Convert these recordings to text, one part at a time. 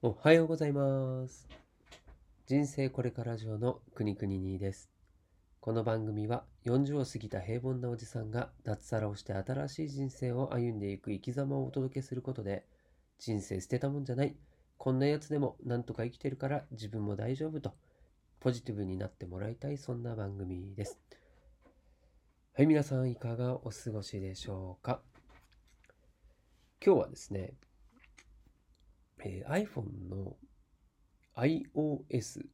おはようございます。人生これから上のくにくににです。この番組は40を過ぎた平凡なおじさんが脱サラをして新しい人生を歩んでいく生き様をお届けすることで、人生捨てたもんじゃない、こんなやつでもなんとか生きてるから自分も大丈夫とポジティブになってもらいたい、そんな番組です。はい、皆さんいかがお過ごしでしょうか。今日はですね、iPhone の iOS20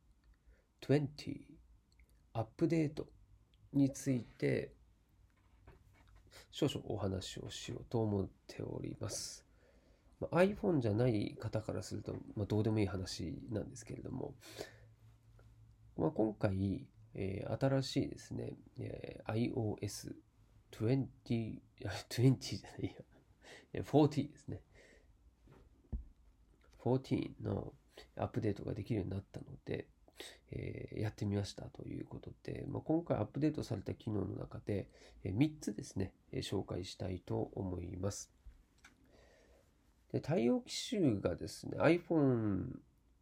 アップデートについて少々お話をしようと思っております。iPhone じゃない方からすると、どうでもいい話なんですけれども、今回、新しいですね、iOS20、20じゃないや、40ですね。14のアップデートができるようになったので、やってみましたということで、今回アップデートされた機能の中で、3つですね、紹介したいと思います。で、対応機種がですね、iPhone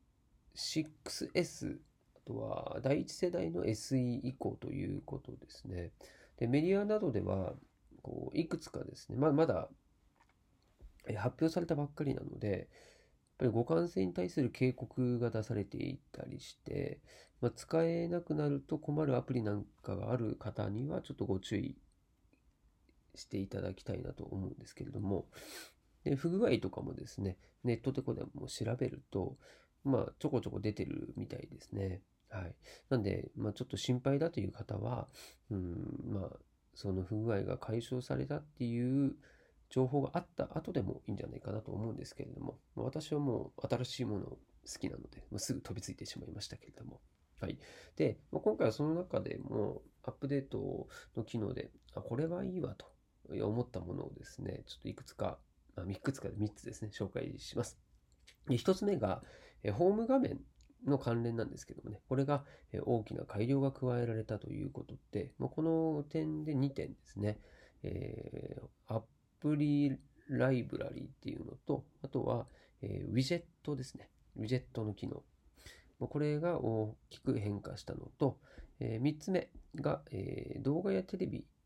6S、あとは第一世代の SE 以降ということですね。で、メディアなどでは、いくつかですね、まだ発表されたばっかりなので、やっぱり互換性に対する警告が出されていたりして、使えなくなると困るアプリなんかがある方にはちょっとご注意していただきたいなと思うんですけれども、で不具合とかもですね、ネットとかでも調べると、ちょこちょこ出てるみたいですね。はい。なんで、ちょっと心配だという方は、その不具合が解消されたっていう情報があった後でもいいんじゃないかなと思うんですけれども、私はもう新しいもの好きなので、すぐ飛びついてしまいましたけれども。はい。で、今回はその中でもアップデートの機能で、これはいいわと思ったものをですね、ちょっといくつか、いくつかで3つですね、紹介します。で1つ目が、ホーム画面の関連なんですけどもね、これが大きな改良が加えられたということで、この点で2点ですね、アプリライブラリーっていうのと、あとは、ウィジェットですね。ウィジェットの機能。これが大きく変化したのと、3つ目が、動画やテレビ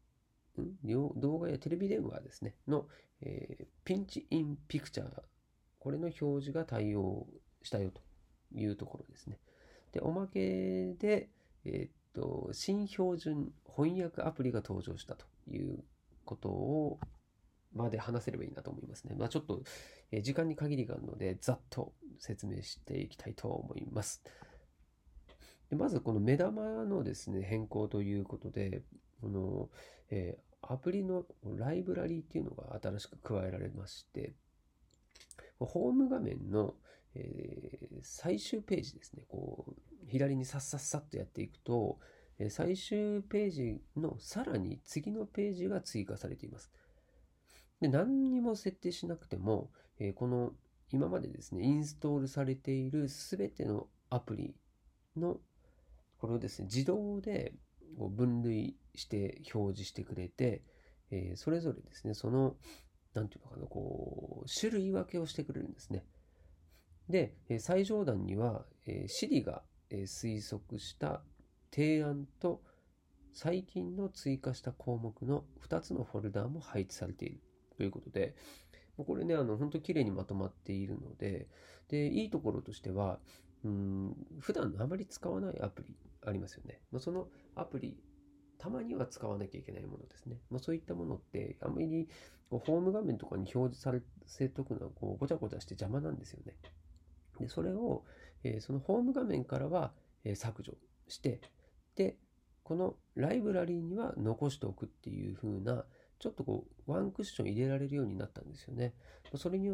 電話ですね、の、ピンチインピクチャー、これの表示が対応したよというところですね。で、おまけで、新標準翻訳アプリが登場したということを、で話せればいいなと思いますね。ちょっと、時間に限りがあるので、ざっと説明していきたいと思います。でまず、この目玉のですね、変更ということで、この、アプリのライブラリーっていうのが新しく加えられまして、ホーム画面の、最終ページですね、左にさっさっさっとやっていくと、最終ページのさらに次のページが追加されています。で、何にも設定しなくても、この今までですね、インストールされているすべてのアプリの、これをですね、自動で分類して表示してくれて、それぞれですね、なんていうのかな、種類分けをしてくれるんですね。で、最上段には、Siri が推測した提案と最近の追加した項目の2つのフォルダーも配置されているということで、これね、本当綺麗にまとまっているので、で、いいところとしては、普段あまり使わないアプリありますよね。そのアプリ、たまには使わなきゃいけないものですね。そういったものって、あまりホーム画面とかに表示させとくのはごちゃごちゃして邪魔なんですよね。で、それを、そのホーム画面からは、削除して、で、このライブラリーには残しておくっていう風な、ちょっとワンクッション入れられるようになったんですよね。それによって、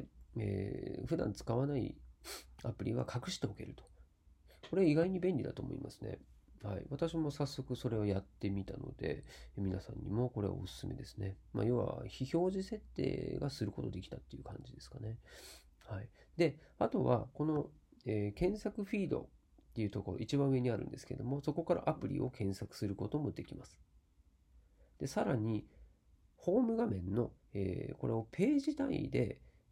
普段使わないアプリは隠しておけると。これ意外に便利だと思いますね。はい。私も早速それをやってみたので、皆さんにもこれはおすすめですね。要は、非表示設定がすることできたっていう感じですかね。はい。で、あとは、この、検索フィードっていうところ、一番上にあるんですけども、そこからアプリを検索することもできます。で、さらに、ホーム画面の、これをページ単位で、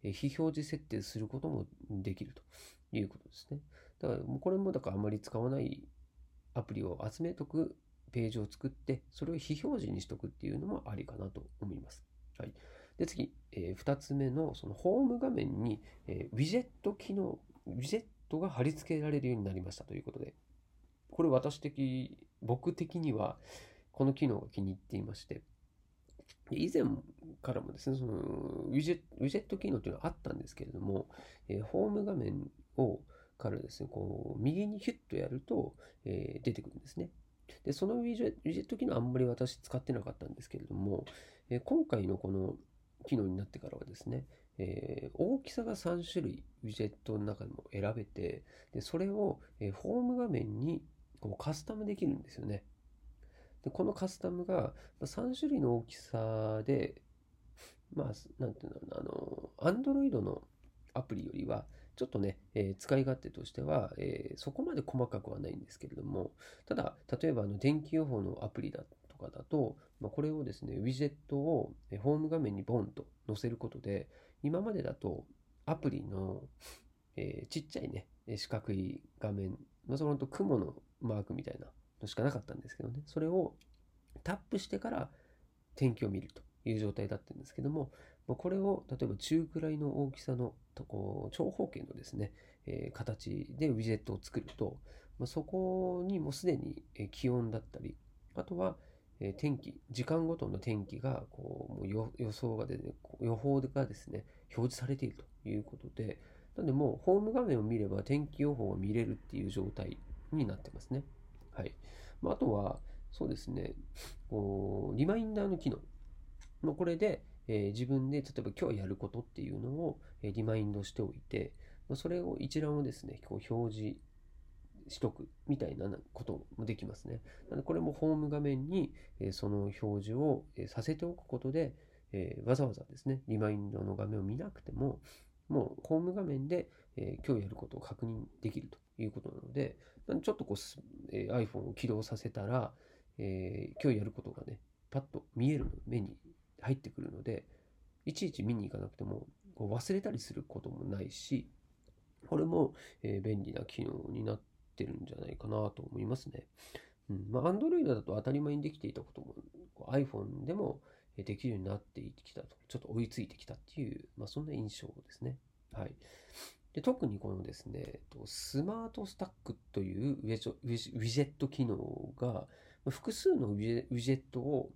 非表示設定することもできるということですね。だからこれもあんまり使わないアプリを集めとくページを作って、それを非表示にしとくっていうのもありかなと思います。はい。で、次、2つ目のそのホーム画面に、ウィジェット機能、ウィジェットが貼り付けられるようになりましたということで、これ僕的にはこの機能が気に入っていまして、以前からもですね、そのウィジェット機能というのはあったんですけれども、ホーム画面からですね、こう右にヒュッとやると、出てくるんですね。で、そのウィジェット機能あんまり私使ってなかったんですけれども、今回のこの機能になってからはですね、大きさが3種類ウィジェットの中でも選べて、でそれを、ホーム画面にこうカスタムできるんですよね。で、このカスタムが3種類の大きさで、なんていうの、Android のアプリよりは、ちょっとね、使い勝手としては、そこまで細かくはないんですけれども、ただ、例えば天気予報のアプリだとかだと、これをですね、ウィジェットをホーム画面にボンと載せることで、今までだとアプリの、ちっちゃいね、四角い画面、その雲のマークみたいなのしかなかったんですけどね、それをタップしてから天気を見るという状態だったんですけども、これを例えば中くらいの大きさの長方形のですね、形でウィジェットを作ると、そこにもうすでに気温だったり、あとは天気、時間ごとの天気がもう予想が予報がですね、表示されているということで、なのでもうホーム画面を見れば天気予報が見れるっていう状態になってますね。はい。あとは、そうですね、リマインダーの機能。これで、自分で例えば今日やることっていうのを、リマインドしておいて、それを一覧をですね、表示しとくみたいなこともできますね。なのでこれもホーム画面に、その表示をさせておくことで、わざわざですね、リマインドの画面を見なくても、もうホーム画面で、今日やることを確認できるということなので、ちょっとiPhone を起動させたら、今日やることがね、パッと見えるの、目に入ってくるので、いちいち見に行かなくても忘れたりすることもないし、これも、便利な機能になってるんじゃないかなと思いますね。Android だと当たり前にできていたことも、iPhone でもできるようになってきたと、ちょっと追いついてきたっていう、そんな印象ですね。はい。で、特にこのですね、スマートスタックというウィジェット機能が、複数のウィジェットを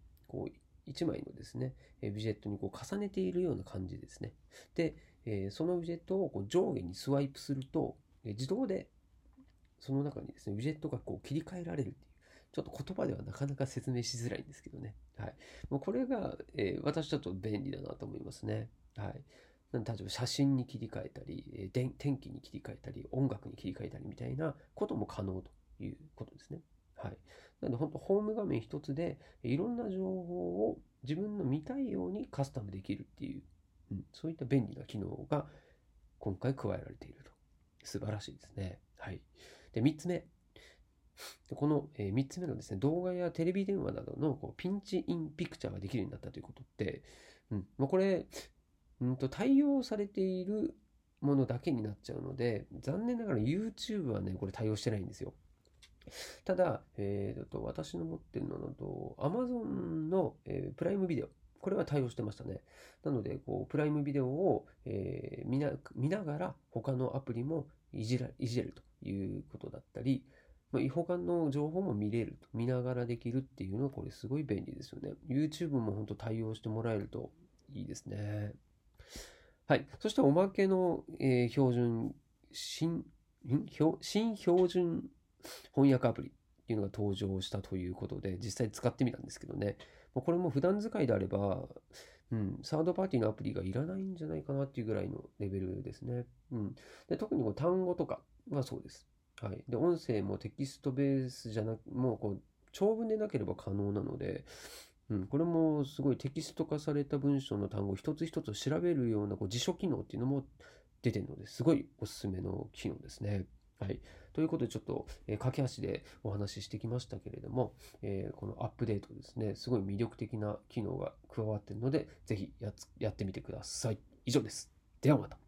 1枚のですね、ウィジェットに重ねているような感じですね。で、そのウィジェットを上下にスワイプすると、自動でその中にですね、ウィジェットが切り替えられるっていう、ちょっと言葉ではなかなか説明しづらいんですけどね。はい。もうこれが、私ちょっと便利だなと思いますね。はい。例えば写真に切り替えたり、天気に切り替えたり、音楽に切り替えたりみたいなことも可能ということですね。はい。なので本当ホーム画面一つでいろんな情報を自分の見たいようにカスタムできるっていう、そういった便利な機能が今回加えられていると。素晴らしいですね。はい。で、3つ目。この3つ目のですね、動画やテレビ電話などのピンチインピクチャーができるようになったということって、これ、対応されているものだけになっちゃうので、残念ながら YouTube はね、これ対応してないんですよ。ただ、私の持ってるのだと、Amazon の、プライムビデオ。これは対応してましたね。なので、プライムビデオを、見ながら他のアプリもいじれるということだったり、他の情報も見れると、見ながらできるっていうのはこれすごい便利ですよね。YouTube も本当対応してもらえるといいですね。はい。そしておまけの、標準、新標準翻訳アプリっていうのが登場したということで、実際使ってみたんですけどね。これも普段使いであれば、サードパーティーのアプリがいらないんじゃないかなっていうぐらいのレベルですね。で、特に単語とかはそうです。はい。で、音声もテキストベースじゃなく、もう長文でなければ可能なので、これもすごいテキスト化された文章の単語を一つ一つ調べるような辞書機能っていうのも出てるので、すごいおすすめの機能ですね。はい。ということで、ちょっと、駆け足でお話ししてきましたけれども、このアップデートですね、すごい魅力的な機能が加わっているので、ぜひやってみてください。以上です。 ではまた。